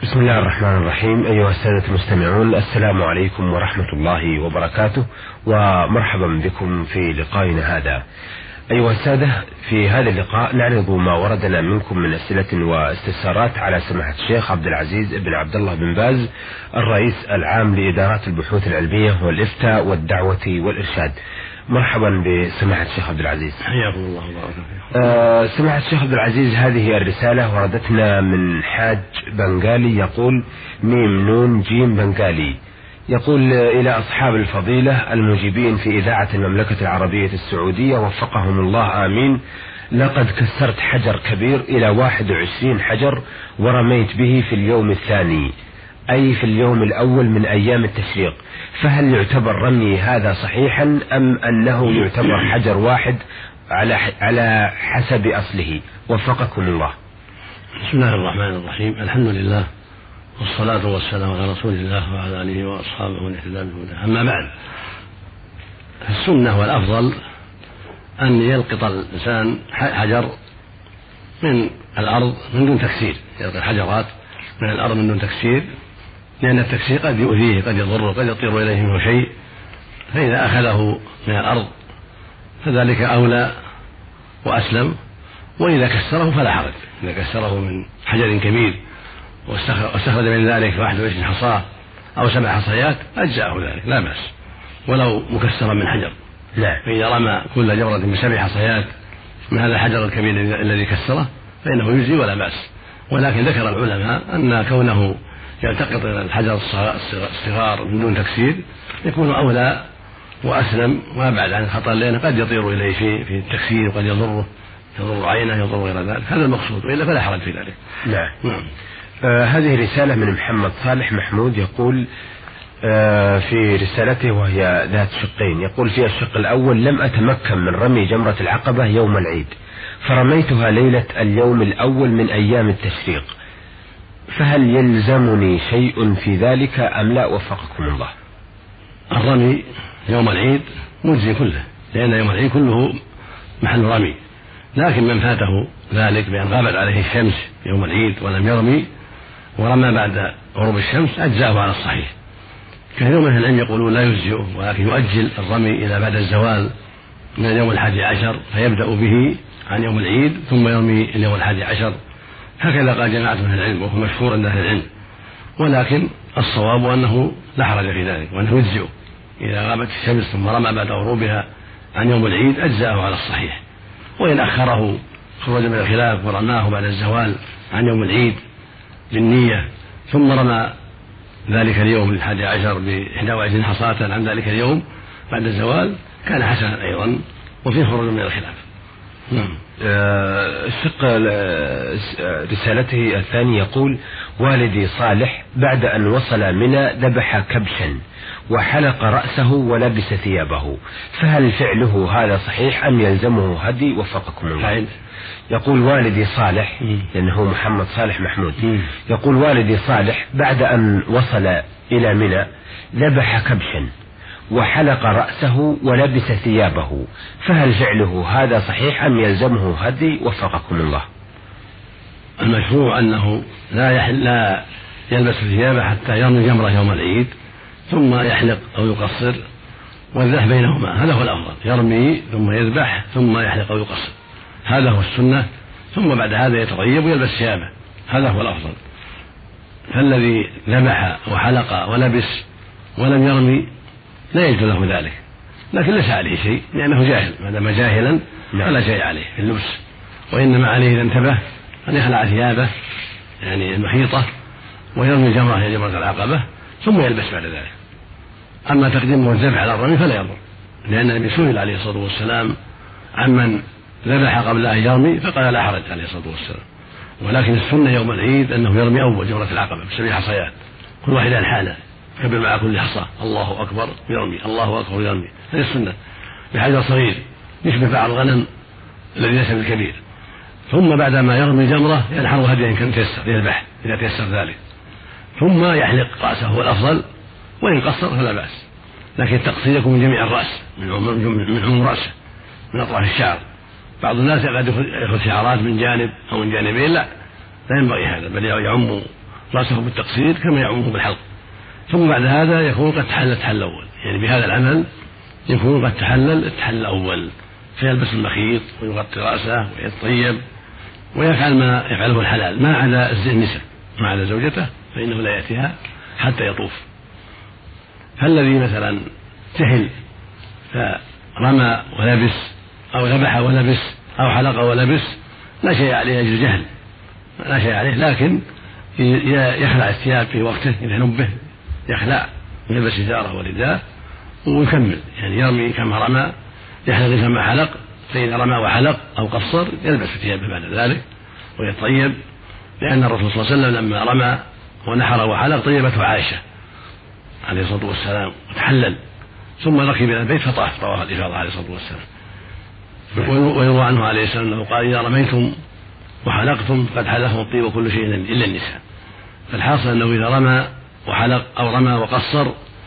بسم الله الرحمن الرحيم. أيها السادة المستمعون، السلام عليكم ورحمة الله وبركاته، ومرحبا بكم في لقائنا هذا. أيها السادة، في هذا اللقاء نعرض ما وردنا منكم من أسئلة واستفسارات على سماحة الشيخ عبد العزيز بن عبد الله بن باز، الرئيس العام لإدارات البحوث العلمية والإفتاء والدعوة والإرشاد. مرحبا بسماحة الشيخ عبد العزيز. حياكم الله وبارك فيكم. سماحة الشيخ عبد العزيز، هذه الرسالة وردتنا من حاج بنغالي، يقول: ميم نون جيم بنغالي، يقول: إلى أصحاب الفضيلة المجيبين في إذاعة المملكة العربية السعودية وفقهم الله آمين، لقد كسرت حجر كبير إلى 21 حجر ورميت به في اليوم الثاني، أي في اليوم الأول من أيام التشريق، فهل يعتبر رمي هذا صحيحا أم أنه يعتبر حجر واحد على حسب أصله؟ وفقكم الله. بسم الله الرحمن الرحيم. الحمد لله والصلاة والسلام على رسول الله وعلى آله وأصحابه من اهتدى بهداه. أما بعد، السنة والأفضل أن يلقط الإنسان حجر من الأرض من دون تكسير، يلقط الحجرات من الأرض من دون تكسير، لأن التكسير قد يؤذيه، قد يضره، قد يطير إليه منه شيء، فإذا أخذه من الأرض فذلك أولى وأسلم. وإذا كسره فلا حرج، إذا كسره من حجر كبير واستخرج من ذلك 21 حصاة أو 7 حصيات أجزأه ذلك، لا بأس، ولو مكسرا من حجر. فإذا رمى كل جمرة ب7 حصيات من هذا الحجر الكبير الذي كسره فإنه يجزي ولا بأس. ولكن ذكر العلماء أن كونه يلتقط الحجر الصغار من دون تكسير يكون أولى وأسلم وأبعد عن الخطر، لأنه قد يطير إليه في التكسير وقد يضر عينه، يضر غير ذلك. هذا المقصود، وإلا فلا حرج في ذلك. نعم. هذه رسالة من محمد صالح محمود، يقول في رسالته وهي ذات شقين، يقول فيها: الشق الأول: لم أتمكن من رمي جمرة العقبة يوم العيد، فرميتها ليلة اليوم الأول من أيام التشريق، فهل يلزمني شيء في ذلك أم لا؟ وفقكم الله. الرمي يوم العيد مجزي كله، لأن يوم العيد كله محل رمي، لكن من فاته ذلك بأن غابت عليه الشمس يوم العيد ولم يرمي ورمى بعد غروب الشمس أجزأه على الصحيح. كثير من العلم يقولون لا يجزئه، ولكن يؤجل الرمي إلى بعد الزوال من اليوم 11، فيبدأ به عن يوم العيد ثم يرمي اليوم 11. هكذا قال جماعة من العلم، وهو مشهور عند أهل العلم. ولكن الصواب أنه لا حرج في ذلك، وأنه يجزئه إذا غابت الشمس ثم رمى بعد غروبها عن يوم العيد أجزأه على الصحيح. وإن أخره خرج من الخلاف ورماه بعد الزوال عن يوم العيد بالنية ثم رمى ذلك اليوم 11 ب21 حصاة عن ذلك اليوم بعد الزوال كان حسنا أيضا، وفيه خروج من الخلاف. الشق رسالته الثاني يقول: والدي صالح بعد أن وصل منى ذبح كبشا وحلق رأسه ولبس ثيابه، فهل فعله هذا صحيح أم يلزمه هدي؟ وفقكم الله. يقول والدي صالح، لأنه محمد صالح محمود، يقول: والدي صالح بعد أن وصل إلى منى ذبح كبشا وحلق رأسه ولبس ثيابه، فهل فعله هذا صحيح أم يلزمه هدي؟ وفقكم الله. المشروع أنه لا يلبس ثيابه حتى يرمي جمرة يوم العيد ثم يحلق أو يقصر، والذبح بينهما هذا هو الأفضل، يرمي ثم يذبح ثم يحلق أو يقصر، هذا هو السنة، ثم بعد هذا يتطيب ويلبس ثيابه، هذا هو الأفضل. فالذي ذبح وحلق ولبس ولم يرمي لا يجوز له ذلك، لكن ليس عليه شيء لأنه جاهل، ما دام جاهلا فلا شيء عليه في اللبس، وإنما عليه إذا انتبه أن يخلع ثيابه يعني المحيطة ويرمي جمرة هي جمرة العقبة ثم يلبس بعد ذلك. أما تقديمه الذبح على الرمي فلا يضر، لأن النبي سئل عليه الصلاة والسلام عمن ذبح قبل أن يرمي فقال لا حرج عليه الصلاة والسلام. ولكن السنة يوم العيد أنه يرمي أول جمرة العقبة ب7 حصيات، كل واحد عن حاله، كبر مع كل حصى الله أكبر يرمي، الله أكبر يرمي، هذه السنة بحجر صغير يشبه بعض الغنم الذي ليس بالكبير. ثم بعدما يرمي جمرة ينحر هديا كان تيسر، يذبح إذا تيسر ذلك، ثم يحلق رأسه هو الأفضل، وإن قصر فلا بأس، لكن التقصير يكون من جميع الرأس، من عموم رأسه، من أطراف الشعر. بعض الناس قد يأخذ شعرات من جانب أو من جانبين، لا ينبغي هذا، بل يعم رأسه بالتقصير كما يعمه بالحلق، ثم بعد هذا يكون قد تحلل التحلل الأول، يعني بهذا العمل يكون قد تحلل التحلل الأول، فيلبس المخيط ويغطي رأسه ويتطيب ويفعل ما يفعله الحلال ما عدا النساء، ما عدا زوجته فإنه لا يأتيها حتى يطوف. فالذي مثلا تحل فرمى ولبس أو ذبح ولبس أو حلق ولبس لا شيء عليه أجر جهل، لا شيء عليه، لكن يخلع الثياب في وقته إذا نبه، يخلع ويلبس إزاره ورداء ويكمل، يعني يرمي كما رمى يحلق كما حلق، فإذا رمى وحلق أو قصر يلبس ثيابه بعد ذلك ويطيب، لأن الرسول صلى الله عليه وسلم لما رمى ونحر وحلق طيبته عائشة عليه الصلاة والسلام وتحلل، ثم ركب إلى البيت فطاف طواف الإفاضة عليه الصلاة والسلام. ويروى عنه عليه السلام أنه قال: إذا رميتم وحلقتم قد حلقتم الطيب وكل شيء إلا النساء. فالحاصل أنه إذا رمى وحلق أو رمى وقصر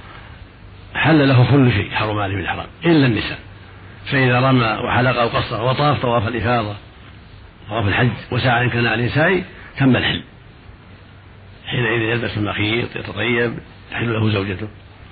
حل له كل شيء حرم عليه بالإحرام إلا النساء، فإذا رمى وحلق أو قصر وطاف طواف الإفاضة طواف الحج وسعى إن كان عليه سعي تم الحل، حينئذ يلبس المخيط يتطيب تحل له زوجته،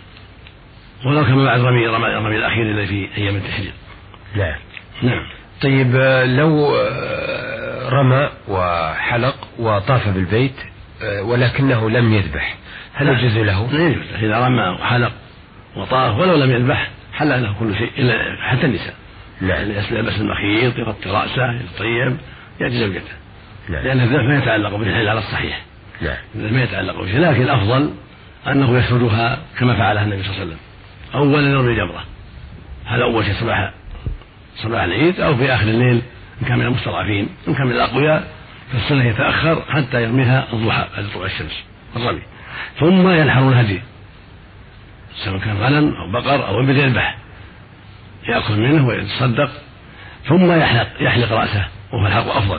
ولو كما بعد رمي الأخير الذي في أيام التشريق. نعم. طيب لو رمى وحلق وطاف بالبيت ولكنه لم يذبح هل يجوز له؟ لا يجوز. إذا رمى وحلق وطاف ولو لم يذبح حل له كل شيء إلا حتى النساء. يلبس المخيط يغطي رأسه يتطيب يأتي زوجته، لأن الذبح ما يتعلق بالحل على الصحيح، ما يتعلق به، لكن الأفضل أنه يسردها كما فعلها النبي صلى الله عليه وسلم. أولا يرمي جمرة، هذا أول شيء صباح العيد أو في آخر الليل إن كان من المستضعفين، إن كان من الأقوياء فالسنة يتأخر حتى يرميها الضحى بعد طلوع الشمس الرمي، ثم ينحر الهدي سواء كان غنم أو بقر أو إبل يذبح يأكل منه ويتصدق، ثم يحلق رأسه وهو الحلق أفضل،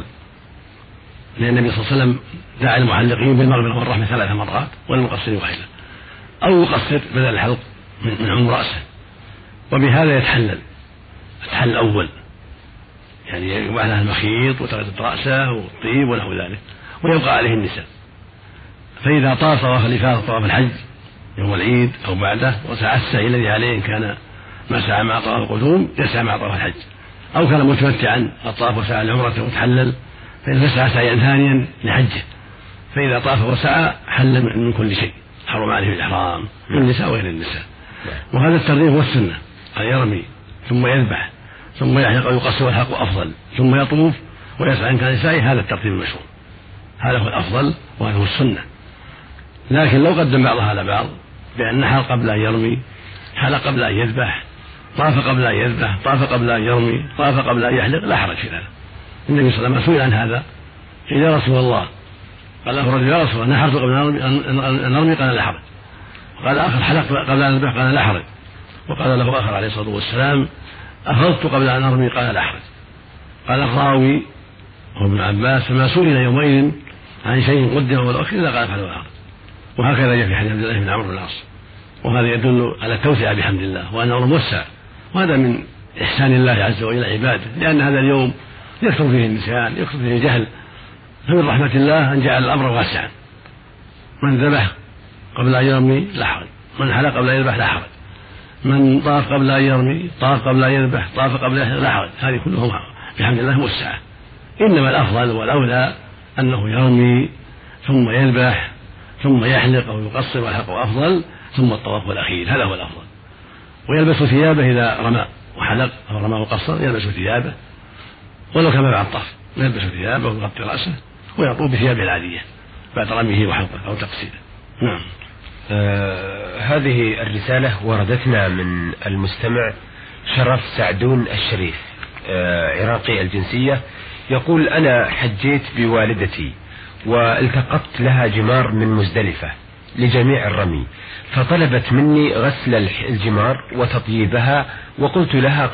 لأن النبي صلى الله عليه وسلم دعا المحلقين بالمغفرة والرحمة 3 مرات والمقصرين واحدة، أو يقصر بدل الحلق من عمر رأسه، وبهذا يتحلل التحلل الأول، يعني يباح له المخيط وتغطية رأسه والطيب ونحو ذلك، ويبقى عليه النساء. فإذا طاف طواف الإفاضة طواف الحج يوم العيد أو بعده وسعى السعي الذي عليه إن كان ما سعى مع طواف القدوم يسعى مع طواف الحج، أو كان متمتعا الطاف وسعى العمرة وتحلل فإن سعى سعيا ثانيا لحجه، فإذا طاف وسعى حل من كل شيء حرم عليه الإحرام من النساء وغير النساء. وهذا الترتيب هو السنة، أن يرمي ثم يذبح ثم يحلق ويقصر والحلق أفضل، ثم يطوف ويسعى إن كان سعي، هذا الترتيب المشروع، هذا هو الأفضل وهذا هو السنة. لكن لو قدم بعضها على بعض بأن نحر قبل أن يرمي، حلق قبل أن يذبح، طاف قبل أن يذبح، طاف قبل أن يرمي، طاف قبل أن يحلق، لا حرج في ذلك. النبي صلى الله عليه وسلم سئل عن هذا قيل: يا رسول الله، قال له رجل: يا رسول الله نحرت قبل أن نرمي؟ قال: لا حرج. قال آخر: حلق قبل أن يذبح؟ قال: لا حرج. وقال له آخر عليه الصلاة والسلام: أفضت قبل أن أرمي؟ قال: لا حرج. قال الراوي هو ابن عباس: فما سئل يومئذ عن شيء قدم والأخير إلا قال: فعل آخر. وهكذا جاء في حديث عبد الله بن عمرو بن العاص، وهذا يدل على التوسعة بحمد الله وأن الأمر موسع، وهذا من إحسان الله عز وجل عباده، لأن هذا اليوم يكثر فيه النسيان يكثر فيه الجهل، فمن رحمة الله أن جعل الأمر واسعا، من ذبح قبل أن يرمي لا حرج، من حلق قبل أن يذبح لا حرج، من طاف قبل أن يرمي، طاف قبل أن يذبح، طاف قبل أن لا حرج، هذه كلهم بحمد الله موسعة. إنما الأفضل والأولى أنه يرمي ثم يذبح ثم يحلق أو يقصر، والحلق أفضل، ثم الطواف الأخير، هذا هو الأفضل. ويلبس ثيابه إذا رمى وحلق أو رمى وقصر، يلبس ثيابه ولو كان بعد الطاف، يلبس ثيابه ويغطي رأسه ويطوف بثيابه العادية بعد رميه وحلقه أو تقصيره. نعم. هذه الرسالة وردتنا من المستمع شرف سعدون الشريف، عراقي الجنسية، يقول: أنا حجيت بوالدتي والتقطت لها جمار من مزدلفة لجميع الرمي، فطلبت مني غسل الجمار وتطييبها، وقلت لها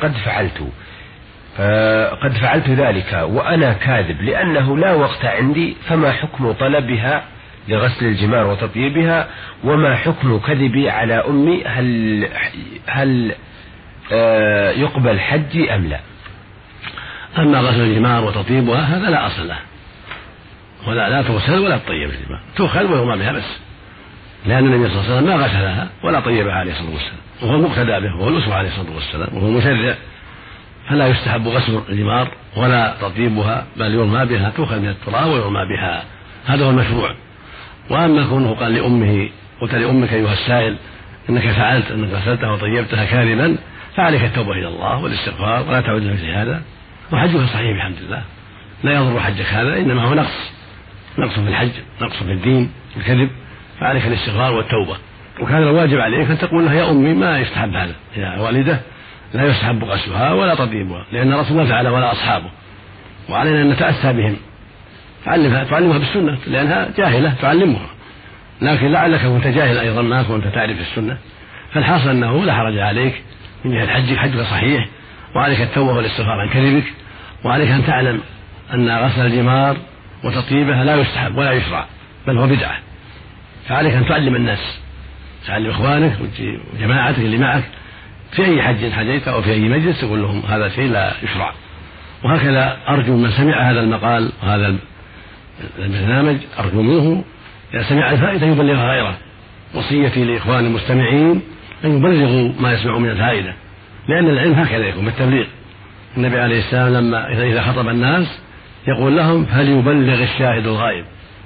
قد فعلت ذلك وأنا كاذب لأنه لا وقت عندي، فما حكم طلبها لغسل الجمار وتطييبها، وما حكم كذبي على أمي؟ هل يقبل حجي أم لا؟ أما غسل الجمار وتطيبها هذا لا أصل له، لا تغسل ولا تطيب بالماء، تؤخذ ويرمى بها بس، لأن النبي صلى الله عليه وسلم ما غسلها ولا طيبها عليه الصلاة والسلام، وهو المقتدى به وهو الأسوة عليه الصلاة والسلام وهو المشرع، فلا يستحب غسل الجمار ولا تطيبها، بل يرمى بها، تؤخذ من التراب ويرمى بها، هذا هو المشروع. وأما كونه قال لأمه قلت لأمك أيها السائل إنك فعلت أنك غسلتها وطيبتها كاذبا، فعليك التوبة إلى الله والاستغفار ولا تعود لمثل هذا، وحجك صحيح بحمد الله، لا يضر حجك هذا، إنما هو نقص في الحج، نقص في الدين، الكذب، فعليك الاستغفار والتوبة. وكان الواجب عليك أن تقول لها يا أمي ما يستحب هذا، يا والدة لا يستحب غسلها ولا تطيبها، لأن الرسول ما فعل ولا أصحابه، وعلينا أن نتأسى بهم، تعلمها بالسنة لأنها جاهلة تعلمها، لكن لعلك كنت جاهل أيضا ما كنت تعرف السنة، فالحاصل أنه لا حرج عليك من جهة حجك صحيح، وعليك التوبة والاستغفار عن كذبك، وعليك أن تعلم أن غسل الجمار وتطيبها لا يستحب ولا يشرع بل هو بدعة، فعليك أن تعلم الناس، تعلم إخوانك وجماعتك اللي معك في أي حج حجيت أو في أي مجلس تقول لهم هذا شيء لا يشرع. وهكذا أرجو من سمع هذا المقال وهذا البرنامج أرجو منه إذا سمع الفائدة يبلغها غيره. وصيتي لإخوان المستمعين أن يبلغوا ما يسمعوا من الفائدة، لأن العلم هكذا يكون بالتبليغ. النبي عليه السلام لما إذا خطب الناس يقول لهم فليبلغ الشاهد الغائب،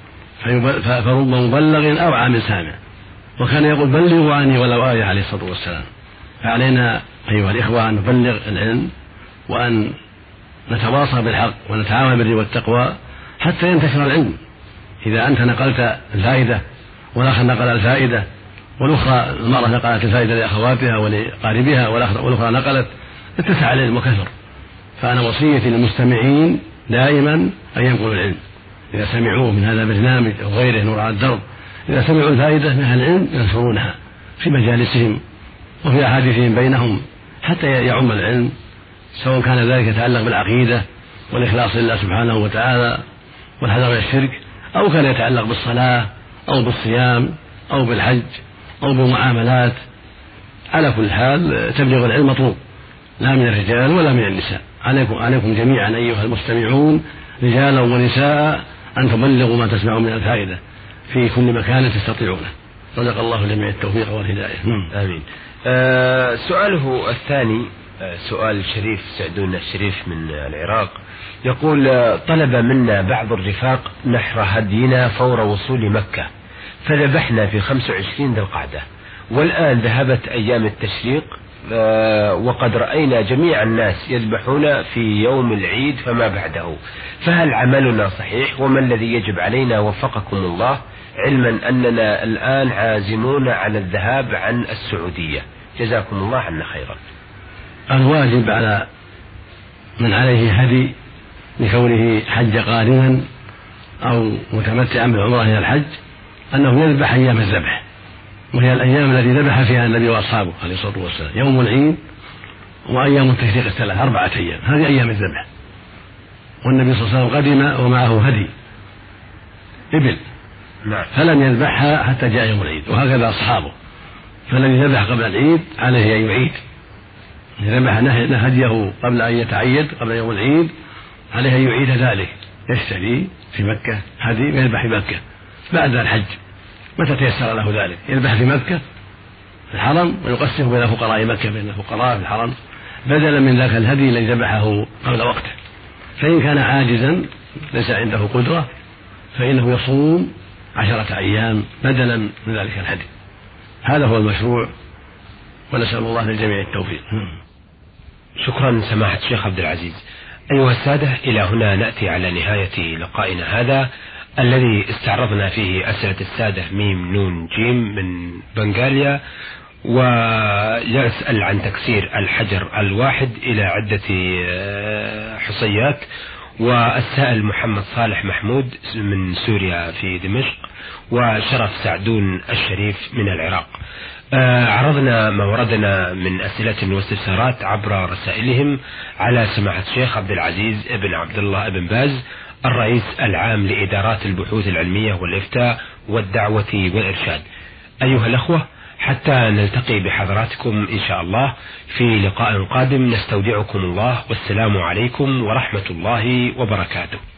فرب مبلغ أوعى من سامع، وكان يقول بلغوا عني ولو آية عليه الصلاة والسلام. فعلينا أيها الإخوة أن نبلغ العلم وأن نتواصى بالحق ونتعاون بالبر والتقوى حتى ينتشر العلم. إذا أنت نقلت الفائدة والآخر نقل الفائدة والأخرى المرأة نقلت الفائدة لأخواتها ولقاربها والأخرى نقلت، اتسع العلم وكثر. فأنا وصيتي للمستمعين دائما أن ينقلوا العلم، إذا سمعوه من هذا البرنامج أو غيره نور على الدرب، إذا سمعوا الفائدة من أهل العلم ينشرونها في مجالسهم وفي أحاديثهم بينهم حتى يعم العلم، سواء كان ذلك يتعلق بالعقيدة والإخلاص لله سبحانه وتعالى والحذر من الشرك، أو كان يتعلق بالصلاة أو بالصيام أو بالحج أو بالمعاملات. على كل حال تبليغ العلم مطلوب، لا من الرجال ولا من النساء، عليكم جميعا أيها المستمعون رجالا ونساء أن تبلغوا ما تسمعون من الفائدة في كل مكان تستطيعونه. رزق الله جميع التوفيق والهداية. آمين. سؤاله الثاني سؤال شريف سعدون الشريف من العراق، يقول طلب منا بعض الرفاق نحر هدينا فور وصول مكة، فذبحنا في 25 ذي القعدة، والآن ذهبت أيام التشريق وقد رأينا جميع الناس يذبحون في يوم العيد فما بعده، فهل عملنا صحيح؟ وما الذي يجب علينا وفقكم الله، علما أننا الآن عازمون على الذهاب عن السعودية، جزاكم الله عنا خيرا. الواجب على من عليه هدي لكونه حج قارنا أو متمتعا بالعمرة إلى الحج أنه يذبح أيام الذبح، وهي الأيام التي ذبح فيها النبي وأصحابه عليه الصلاة والسلام، يوم العيد وأيام التشريق الثلاث 4 أيام، هذه أيام الذبح. والنبي صلى الله عليه وسلم قدم ومعه هدي إبل فلم يذبحها حتى جاء يوم العيد، وهكذا أصحابه، فالذي ذبح قبل العيد عليه أن يعيد، ذبح هديه قبل أن يتعيد قبل يوم العيد عليه أن يعيد ذلك، يشتري في مكة هدي ويذبح في مكة بعد الحج متى تيسر له ذلك، يذبح في مكة في الحرم ويقسمه بين فقراء مكة بين الفقراء في الحرم بدلا من ذاك الهدي الذي ذبحه قبل وقته. فإن كان عاجزا ليس عنده قدرة فإنه يصوم 10 أيام بدلا من ذلك الهدي. هذا هو المشروع، ونسأل الله للجميع التوفيق. شكرا سماحة الشيخ عبد العزيز. أيها السادة، إلى هنا نأتي على نهاية لقائنا هذا الذي استعرضنا فيه أسئلة السادة ميم نون جيم من بنغاليا، ويسأل عن تكسير الحجر الواحد إلى عدة حصيات، والسائل محمد صالح محمود من سوريا في دمشق، وشرف سعدون الشريف من العراق. عرضنا ما وردنا من أسئلة واستفسارات عبر رسائلهم على سماحة الشيخ عبد العزيز ابن عبد الله ابن باز الرئيس العام لإدارات البحوث العلمية والإفتاء والدعوة والإرشاد. أيها الأخوة، حتى نلتقي بحضراتكم إن شاء الله في لقاء قادم، نستودعكم الله، والسلام عليكم ورحمة الله وبركاته.